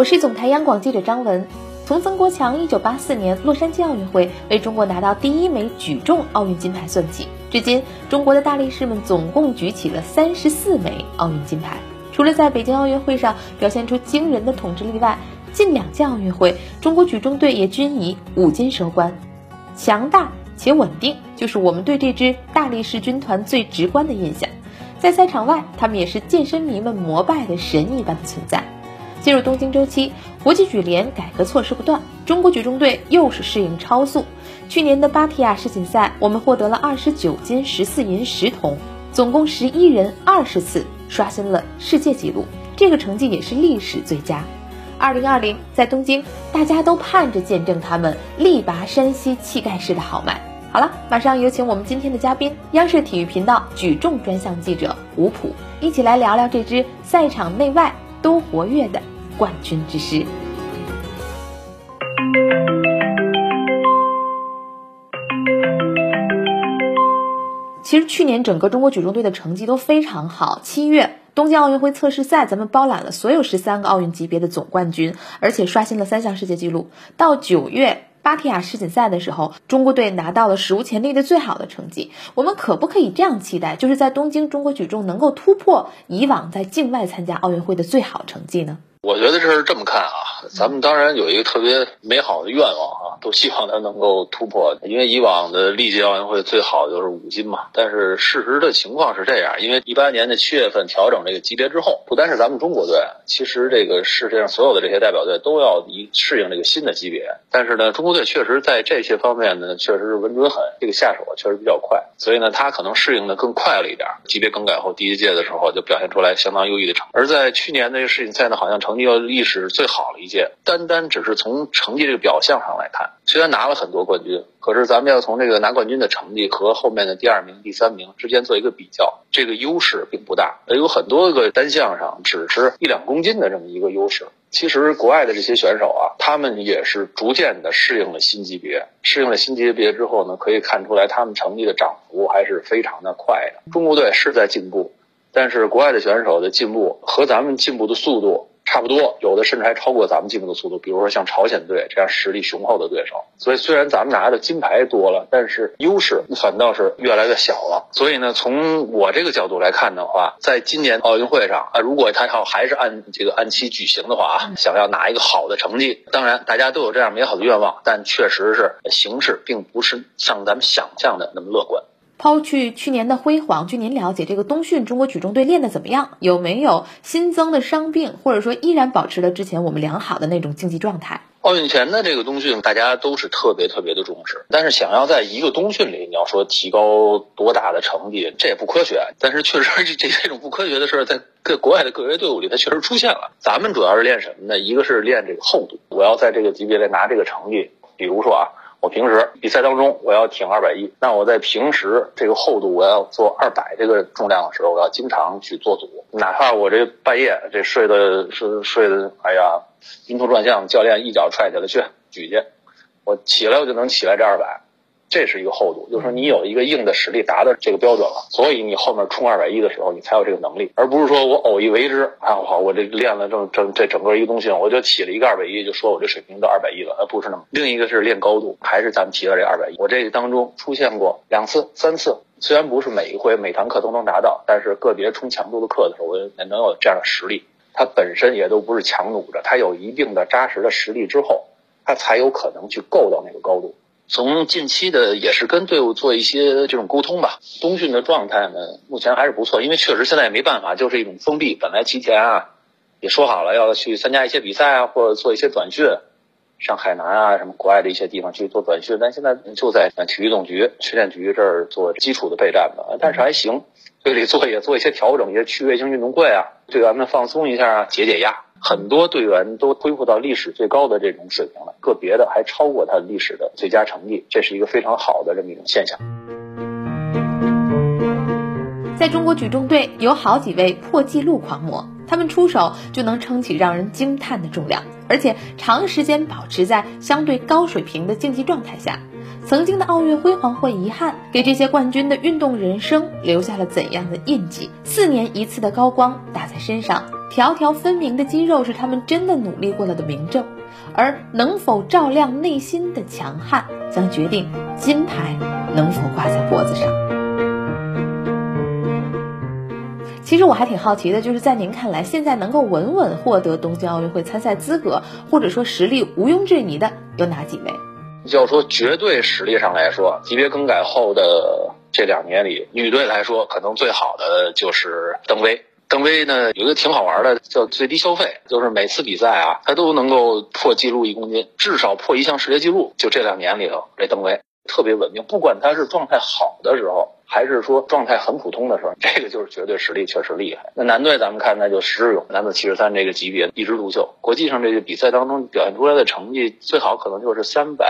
我是总台央广记者张文。从曾国强1984年洛杉矶奥运会为中国拿到第1枚举重奥运金牌算起，至今中国的大力士们总共举起了34枚奥运金牌。除了在北京奥运会上表现出惊人的统治力外，近2届奥运会中国举重队也均以5金收官。强大且稳定就是我们对这支大力士军团最直观的印象。在赛场外，他们也是健身迷们膜拜的神一般的存在。进入东京周期，国际举联改革措施不断，中国举重队又是适应超速。去年的芭提雅世锦赛，我们获得了29金、14银、10铜，总共11人20次，刷新了世界纪录，这个成绩也是历史最佳。2020在东京，大家都盼着见证他们力拔山西气盖世的豪迈。好了，马上有请我们今天的嘉宾，央视体育频道举重专项记者吴普，一起来聊聊这支赛场内外都活跃的冠军之师。其实去年整个中国举重队的成绩都非常好，7月东京奥运会测试赛咱们包揽了所有13个奥运级别的总冠军，而且刷新了3项世界纪录。到9月芭提雅世锦赛的时候，中国队拿到了史无前例的最好的成绩。我们可不可以这样期待，就是在东京中国举重能够突破以往在境外参加奥运会的最好成绩呢？ 我觉得这是这么看啊，咱们当然有一个特别美好的愿望啊，都希望它能够突破。因为以往的历届奥运会最好就是5金嘛，但是事实的情况是这样，因为18年的7月份调整这个级别之后，不单是咱们中国队，其实这个世界上所有的这些代表队都要适应这个新的级别。但是呢，中国队确实在这些方面呢，确实是稳准狠，这个下手确实比较快，所以呢，他可能适应的更快了一点。级别更改后，第1届的时候就表现出来相当优异的成绩。而在去年的这个世锦赛呢，好像成绩要历史最好的一届，单只是从成绩这个表象上来看，虽然拿了很多冠军，可是咱们要从这个拿冠军的成绩和后面的第2名、第3名之间做一个比较，这个优势并不大，有很多个单项上只是1-2公斤的这么一个优势。其实国外的这些选手啊，他们也是逐渐的适应了新级别，适应了新级别之后呢，可以看出来他们成绩的涨幅还是非常的快的。中国队是在进步，但是国外的选手的进步和咱们进步的速度差不多，有的甚至还超过咱们进步的速度，比如说像朝鲜队这样实力雄厚的对手。所以虽然咱们拿的金牌多了，但是优势反倒是越来越小了。所以呢，从我这个角度来看的话，在今年奥运会上如果他要还是按期举行的话想要拿一个好的成绩，当然大家都有这样美好的愿望，但确实是形势并不是像咱们想象的那么乐观。 抛去去年的辉煌，据您了解，这个冬训中国举重队练得怎么样？有没有新增的伤病，或者说依然保持了之前我们良好的那种竞技状态？ 奥运前的这个冬训大家都是特别的重视，但是想要在一个冬训里你要说提高多大的成绩，这也不科学。但是确实这种不科学的事在国外的各个队伍里它确实出现了。咱们主要是练什么呢？一个是练这个厚度，我要在这个级别里拿这个成绩，比如说我平时比赛当中我要挺210，那我在平时这个厚度我要做200这个重量的时候，我要经常去做组，哪怕我这半夜这睡的哎呀晕头转向，教练一脚踹起来去举去，我起来我就能起来这200，这是一个厚度，就是说你有一个硬的实力达到这个标准了，所以你后面冲210的时候你才有这个能力，而不是说我偶一为之我这练了这整个一个冬训，我就起了一个210就说我这水平到210了，不是那么。另一个是练高度，还是咱们提到这210，我这个当中出现过2次3次，虽然不是每一回每堂课都能达到，但是个别冲强度的课的时候我也能有这样的实力。它本身也都不是强弩着，它有一定的扎实的实力之后，它才有可能去够到那个高度。从近期的也是跟队伍做一些这种沟通吧，冬训的状态呢目前还是不错，因为确实现在也没办法，就是一种封闭。本来提前也说好了要去参加一些比赛或者做一些短训，上海南什么国外的一些地方去做短训，但现在就在体育总局训练局这儿做基础的备战吧，但是还行，队里做一些调整，一些趣味性运动会队员们放松一下解压。很多队员都恢复到历史最高的这种水平了，个别的还超过他历史的最佳成绩，这是一个非常好的这么一种现象。 在中国举重队有好几位破纪录狂魔，他们出手就能撑起让人惊叹的重量，而且长时间保持在相对高水平的竞技状态下。 曾经的奥运辉煌或遗憾，给这些冠军的运动人生留下了怎样的印记？4年一次的高光打在身上，条条分明的肌肉是他们真的努力过了的明证，而能否照亮内心的强悍，将决定金牌能否挂在脖子上。其实我还挺好奇的，就是在您看来，现在能够稳稳获得东京奥运会参赛资格，或者说实力毋庸置疑的有哪几位？ 要说绝对实力上来说，级别更改后的这2年里，女队来说可能最好的就是邓薇。邓薇呢有一个挺好玩的叫最低消费，就是每次比赛啊，她都能够破纪录1公斤，至少破一项世界纪录。就这2年里头，这邓薇特别稳定，不管她是状态好的时候，还是说状态很普通的时候，这个就是绝对实力确实厉害。那男队咱们看，那就石智勇，男子73这个级别一枝独秀，国际上这个比赛当中表现出来的成绩最好可能就是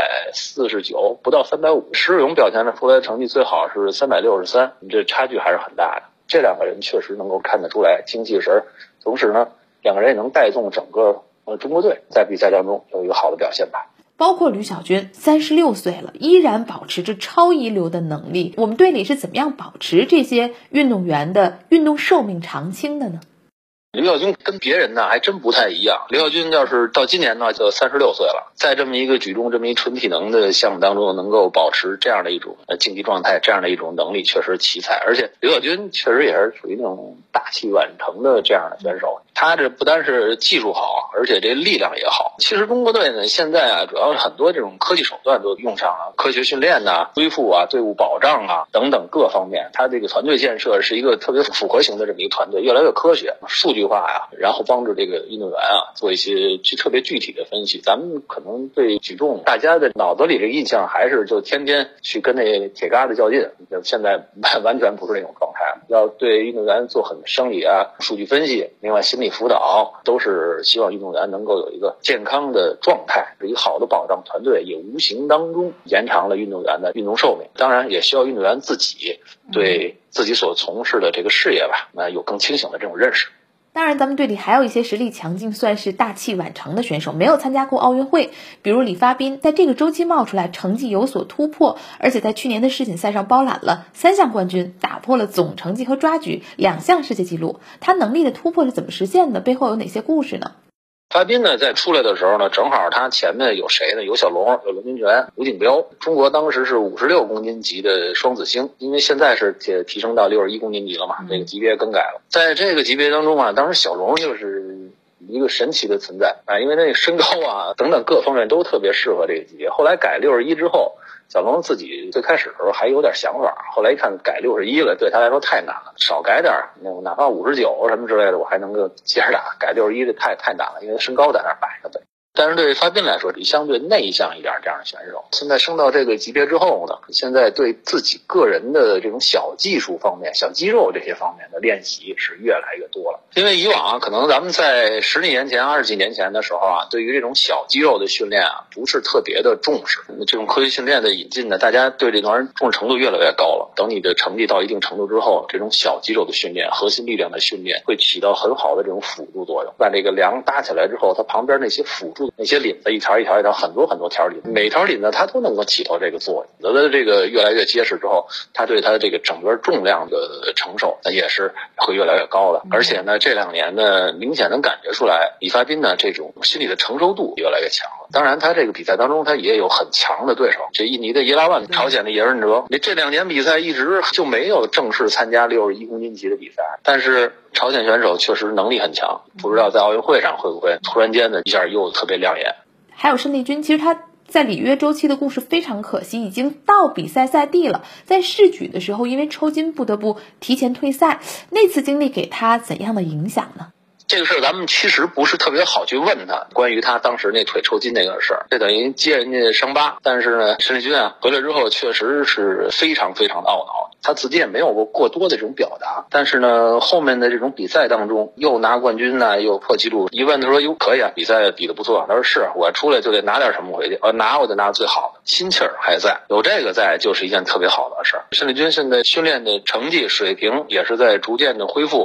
349，不到350。石智勇表现出来的成绩最好是363，这差距还是很大的。这2个人确实能够看得出来精气神，同时呢，2个人也能带动整个中国队在比赛当中有一个好的表现吧。 包括吕小军36岁了，依然保持着超一流的能力。我们队里是怎么样保持这些运动员的运动寿命长青的呢？ 刘晓军跟别人呢还真不太一样。刘晓军要是到今年呢就36岁了，在这么一个举重这么一纯体能的项目当中，能够保持这样的一种竞技状态，这样的一种能力，确实奇才。而且刘晓军确实也是属于那种大器晚成的这样的选手，他这不单是技术好，而且这力量也好。其实中国队呢现在啊，主要是很多这种科技手段都用上了，科学训练啊、恢复啊、队伍保障啊等等各方面，他这个团队建设是一个特别复合型的这么一个团队，越来越科学，数据化呀，然后帮助这个运动员啊做一些特别具体的分析。咱们可能对举重大家的脑子里这个印象还是就天天去跟那铁疙瘩较劲，现在完全不是那种状态，要对运动员做很生理啊、数据分析，另外心理辅导，都是希望运动员能够有一个健康的状态，是一个好的保障团队，也无形当中延长了运动员的运动寿命。当然也需要运动员自己对自己所从事的这个事业吧，有更清醒的这种认识。 当然咱们队里还有一些实力强劲算是大器晚成的选手，没有参加过奥运会，比如李发彬在这个周期冒出来，成绩有所突破，而且在去年的世锦赛上包揽了3项冠军，打破了总成绩和抓举2项世界纪录。他能力的突破是怎么实现的？背后有哪些故事呢？ 发彬呢，在出来的时候呢，正好他前面有谁呢？有小龙，有龙金泉、吴锦标。中国当时是56公斤级的双子星，因为现在是提升到61公斤级了嘛，这个级别更改了。在这个级别当中啊，当时小龙就是一个神奇的存在啊，因为那个身高啊等等各方面都特别适合这个级别。后来改61之后，小龙自己最开始的时候还有点想法，后来一看改61了，对他来说太难了，少改点，哪怕59什么之类的，我还能够接着打。改61的太难了，因为身高在那儿摆着的。但是对发彬来说，相对内向一点这样的选手，现在升到这个级别之后呢，现在对自己个人的这种小技术方面、小肌肉这些方面的练习是越来越多了。因为以往可能咱们在10几年前、20几年前的时候啊，对于这种小肌肉的训练啊，不是特别的重视。这种科学训练的引进呢，大家对这玩意儿重视程度越来越高了。等你的成绩到一定程度之后，这种小肌肉的训练、核心力量的训练会起到很好的这种辅助作用。把这个梁搭起来之后，它旁边那些辅助那些领子一条一条一条，很多条领，每条领子它都能够起到这个作用。的这个越来越结实之后，它对它这个整个重量的承受也是会越来越高的。而且呢，这2年呢，明显能感觉出来，李发彬呢这种心理的承受度越来越强了。当然，他这个比赛当中他也有很强的对手，这印尼的伊拉万、朝鲜的叶润哲。这2年比赛一直就没有正式参加61公斤级的比赛，但是朝鲜选手确实能力很强，不知道在奥运会上会不会突然间的一下又特别亮眼。 还有申立军，其实他在里约周期的故事非常可惜，已经到比赛赛地了，在试举的时候因为抽筋不得不提前退赛，那次经历给他怎样的影响呢？ 这个事儿咱们其实不是特别好去问他关于他当时那腿抽筋那个事儿，这等于揭人家伤疤。但是呢，申立军啊回来之后确实是非常非常的懊恼，他自己也没有过多的这种表达。但是呢，后面的这种比赛当中又拿冠军呢，又破纪录。一问他说哟可以啊，比赛比得不错。他说是，我出来就得拿点什么回去，拿我得拿最好的，心气儿还在，有这个在就是一件特别好的事儿。申立军现在训练的成绩水平也是在逐渐的恢复。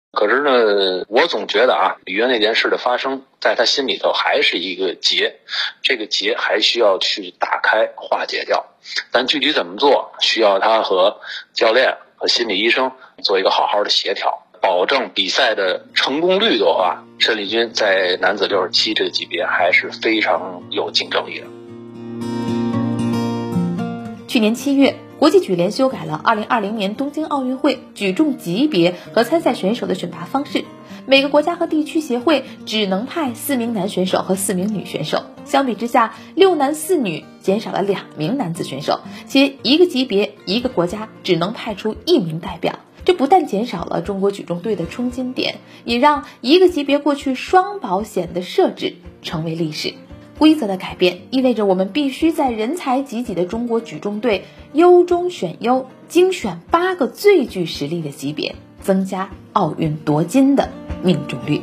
可是呢，我总觉得啊，里约那件事的发生，在他心里头还是一个结，这个结还需要去打开化解掉。但具体怎么做，需要他和教练和心理医生做一个好好的协调，保证比赛的成功率的话，申丽君在男子67这个级别还是非常有竞争力的。 去年7月，国际举联修改了2020年东京奥运会举重级别和参赛选手的选拔方式，每个国家和地区协会只能派4名男选手和4名女选手，相比之下，6男4女减少了2名男子选手，且一个级别一个国家只能派出1名代表。这不但减少了中国举重队的冲金点，也让一个级别过去双保险的设置成为历史。规则的改变意味着我们必须在人才济济的中国举重队优中选优，精选8个最具实力的级别，增加奥运夺金的命中率。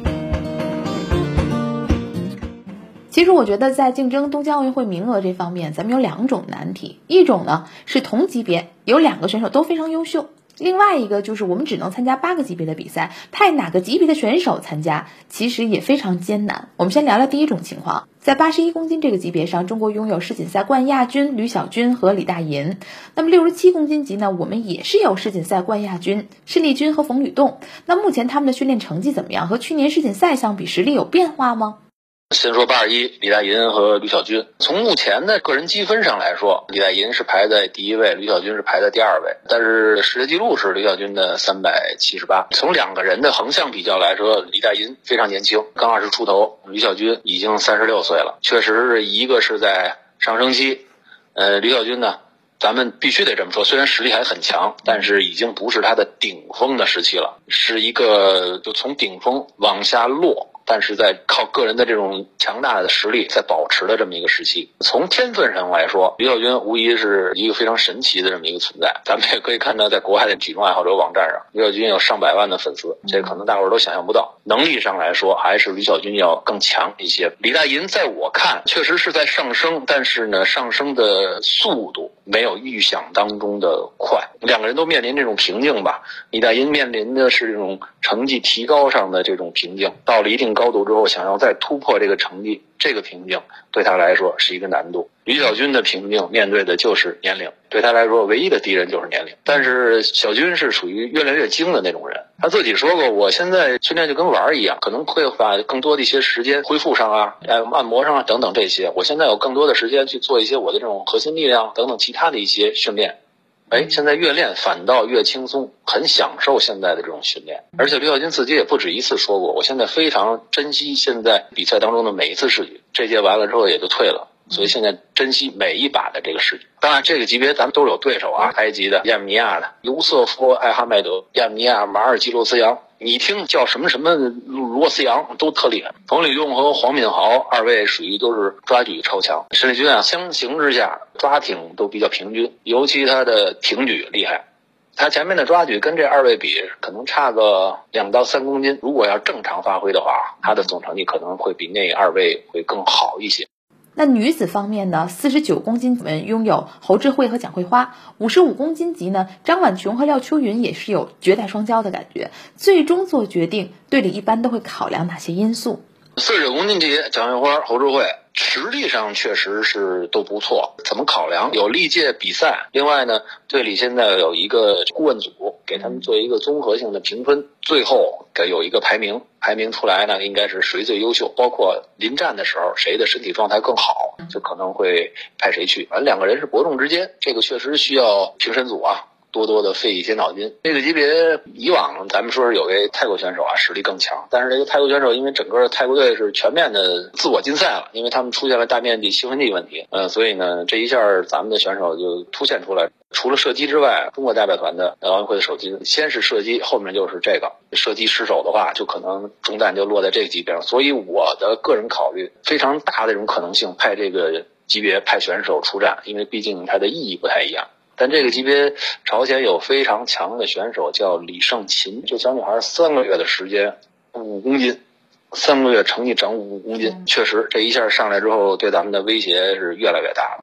其实我觉得在竞争东京奥运会名额这方面，咱们有2种难题。一种呢是同级别有2个选手都非常优秀，另外一个就是我们只能参加8个级别的比赛，派哪个级别的选手参加其实也非常艰难。我们先聊聊第一种情况，在81公斤这个级别上，中国拥有世锦赛冠亚军吕小军和李大银。那么67公斤级呢，我们也是有世锦赛冠亚军申丽君和冯吕栋。那目前他们的训练成绩怎么样？和去年世锦赛相比，实力有变化吗？ 先说81，李大银和吕小军。从目前的个人积分上来说，李大银是排在第1位，吕小军是排在第2位。但是世界纪录是吕小军的378。从2个人的横向比较来说，李大银非常年轻，刚20出头，吕小军已经36岁了。确实一个是在上升期，吕小军呢，咱们必须得这么说，虽然实力还很强，但是已经不是他的顶峰的时期了，是一个就从顶峰往下落，但是在靠个人的这种强大的实力在保持的这么一个时期。从天分上来说，吕小军无疑是一个非常神奇的这么一个存在。咱们也可以看到，在国外的举重爱好者网站上，吕小军有上百万的粉丝，这可能大伙儿都想象不到。能力上来说，还是吕小军要更强一些。李大银在我看确实是在上升，但是呢，上升的速度没有预想当中的快。2个人都面临这种瓶颈吧。李大银面临的是这种成绩提高上的这种瓶颈，到了一定高度之后，想要再突破这个成绩，这个瓶颈对他来说是一个难度。吕小军的瓶颈面对的就是年龄，对他来说唯一的敌人就是年龄。但是小军是属于越来越精的那种人，他自己说过，我现在训练就跟玩一样，可能会把更多的一些时间恢复上啊，按摩上啊等等这些，我现在有更多的时间去做一些我的这种核心力量等等其他的一些训练。现在越练反倒越轻松，很享受现在的这种训练。而且吕小军自己也不止一次说过，我现在非常珍惜现在比赛当中的每一次试举，这届完了之后也就退了，所以现在珍惜每一把的这个试举。当然这个级别咱们都有对手啊，埃及的、亚美尼亚的尤瑟夫·艾哈迈德、亚美尼亚马尔基洛斯扬，你听叫什么什么罗斯扬都特厉害。冯吕栋和黄敏豪2位属于都是抓举超强。申丽君啊，相形之下抓挺都比较平均，尤其他的挺举厉害。他前面的抓举跟这2位比可能差个2到3公斤，如果要正常发挥的话，他的总成绩可能会比那2位会更好一些。 那女子方面呢，49公斤我们拥有侯智慧和蒋慧花，55公斤级呢，张婉琼和廖秋云也是有绝代双骄的感觉。最终做决定，队里一般都会考量哪些因素 ？49公斤级，蒋慧花、侯智慧实力上确实是都不错。怎么考量？有历届比赛，另外呢，队里现在有一个顾问组，给他们做一个综合性的评分，最后有一个排名出来呢，应该是谁最优秀，包括临战的时候谁的身体状态更好，就可能会派谁去。反正2个人是伯仲之间，这个确实需要评审组啊多多的费一些脑筋。这个级别以往咱们说是有位泰国选手啊实力更强，但是这个泰国选手因为整个泰国队是全面的自我禁赛了，因为他们出现了大面积兴奋剂问题，所以呢这一下咱们的选手就凸显出来。除了射击之外，中国代表团的奥运会的手机先是射击，后面就是这个射击失手的话，就可能中弹就落在这个级别上。所以我的个人考虑，非常大的这种可能性派这个级别派选手出战，因为毕竟它的意义不太一样。但这个级别朝鲜有非常强的选手叫李胜琴，这小女孩3个月的时间5公斤，3个月成绩长5公斤，确实这一下上来之后对咱们的威胁是越来越大了。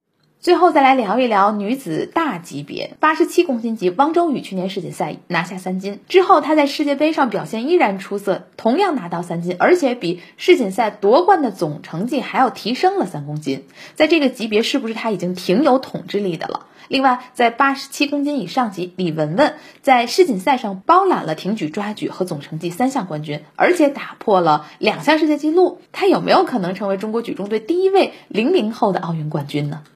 最后再来聊一聊女子大级别87公斤级，汪周雨去年世锦赛拿下3金，之后她在世界杯上表现依然出色，同样拿到3金，而且比世锦赛夺冠的总成绩还要提升了3公斤。在这个级别是不是她已经挺有统治力的了？另外在87公斤以上级，李雯雯在世锦赛上包揽了挺举、抓举和总成绩3项冠军，而且打破了2项世界纪录，她有没有可能成为中国举重队第一位00后的奥运冠军呢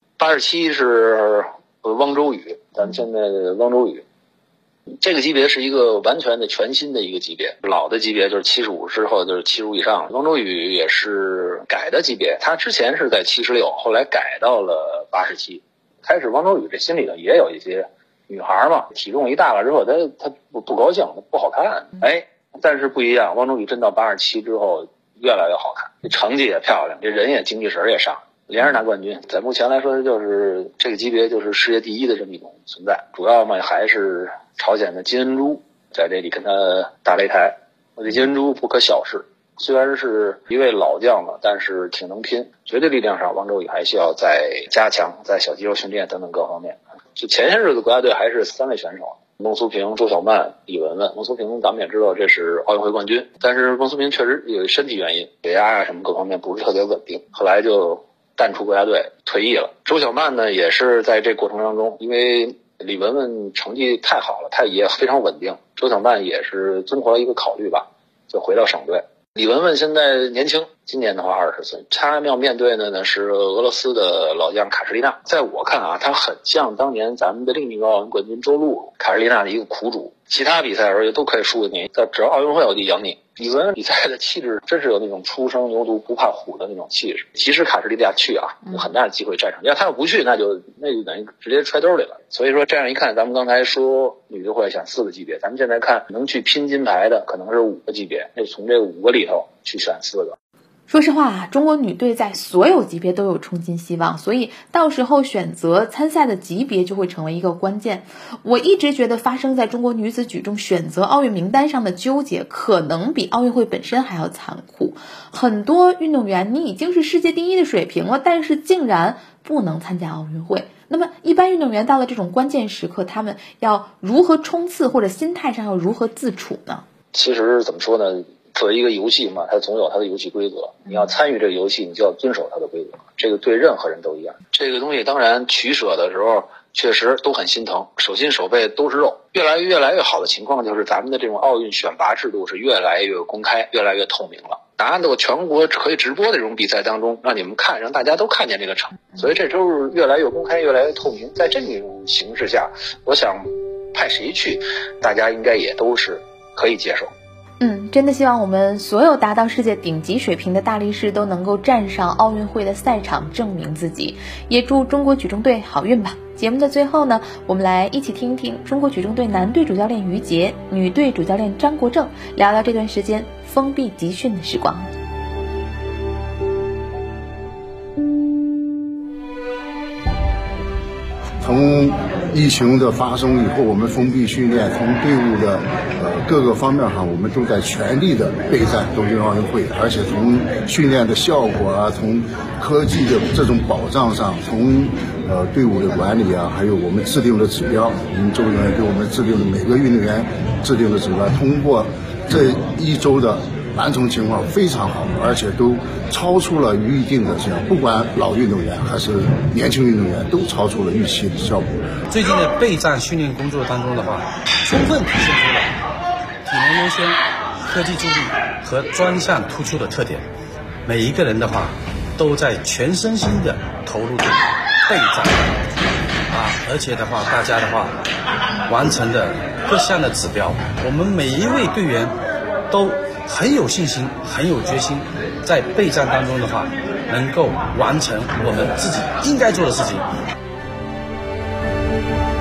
？87是汪周雨，咱们现在的汪周雨，这个级别是一个完全的全新的一个级别，老的级别就是75之后就是75以上。汪周雨也是改的级别，他之前是在76，后来改到了87。开始汪周雨这心里头也有一些女孩嘛，体重一大了之后她不高兴，不好看。但是不一样，汪周雨真到87之后越来越好看，这成绩也漂亮，这人也精气神也上，连着拿冠军。在目前来说，就是这个级别就是世界第一的这么一种存在。主要嘛还是朝鲜的金恩洙在这里跟他打擂台。这金恩洙不可小视，虽然是一位老将了，但是挺能拼。绝对力量上，汪周雨还需要再加强，在小肌肉训练等等各方面。就前些日子国家队还是3位选手，孟苏平、周晓曼、李雯雯。孟苏平咱们也知道这是奥运会冠军，但是孟苏平确实有身体原因，血压啊什么各方面不是特别稳定，后来就淡出国家队退役了。周晓曼呢也是在这过程当中，因为李雯雯成绩太好了，她也非常稳定，周晓曼也是综合一个考虑吧，就回到省队。李雯雯现在年轻，今年的话20岁，她要面对的呢是俄罗斯的老将卡什利娜。在我看啊，她很像当年咱们的另一个奥运冠军周璐，卡什利娜的一个苦主。其他比赛而言都可以输给你，只要奥运会我就赢你。李雯雯比赛的气质真是有那种初生牛犊不怕虎的那种气势。其实卡什利娜去啊，有很大的机会战胜。要他要不去，那就等于直接揣兜里了。所以说这样一看，咱们刚才说女队会选4个级别，咱们现在看能去拼金牌的可能是5个级别，那从这个5个里头去选4个。 说实话啊，中国女队在所有级别都有冲金希望，所以到时候选择参赛的级别就会成为一个关键。我一直觉得发生在中国女子举重选择奥运名单上的纠结，可能比奥运会本身还要残酷。很多运动员你已经是世界第一的水平了，但是竟然不能参加奥运会。那么一般运动员到了这种关键时刻，他们要如何冲刺，或者心态上要如何自处呢？ 其实怎么说呢，作为一个游戏嘛，它总有它的游戏规则，你要参与这个游戏，你就要遵守它的规则，这个对任何人都一样。这个东西当然取舍的时候确实都很心疼，手心手背都是肉。越来越好的情况就是咱们的这种奥运选拔制度是越来越公开，越来越透明了。答案到全国可以直播的这种比赛当中，让你们看，让大家都看见这个场，所以这都是越来越公开，越来越透明。在这种形势下，我想派谁去，大家应该也都是可以接受。 真的希望我们所有达到世界顶级水平的大力士都能够站上奥运会的赛场证明自己，也祝中国举重队好运吧。节目的最后呢，我们来一起听一听中国举重队男队主教练于杰、女队主教练张国政聊聊这段时间封闭集训的时光。 从疫情的发生以后，我们封闭训练，从队伍的各个方面上，我们都在全力的备战东京奥运会。而且从训练的效果啊，从科技的这种保障上，从队伍的管理啊，还有我们制定的指标，我们周主任给我们制定的每个运动员制定的指标，通过这1周的完成情况非常好，而且都超出了预定的这样，不管老运动员还是年轻运动员，都超出了预期的效果。 最近的备战训练工作当中的话，充分体现出了体能优先、科技助力和专项突出的特点。每一个人的话，都在全身心的投入备战而且的话，大家的话完成的各项的指标，我们每一位队员都很有信心，很有决心，在备战当中的话，能够完成我们自己应该做的事情。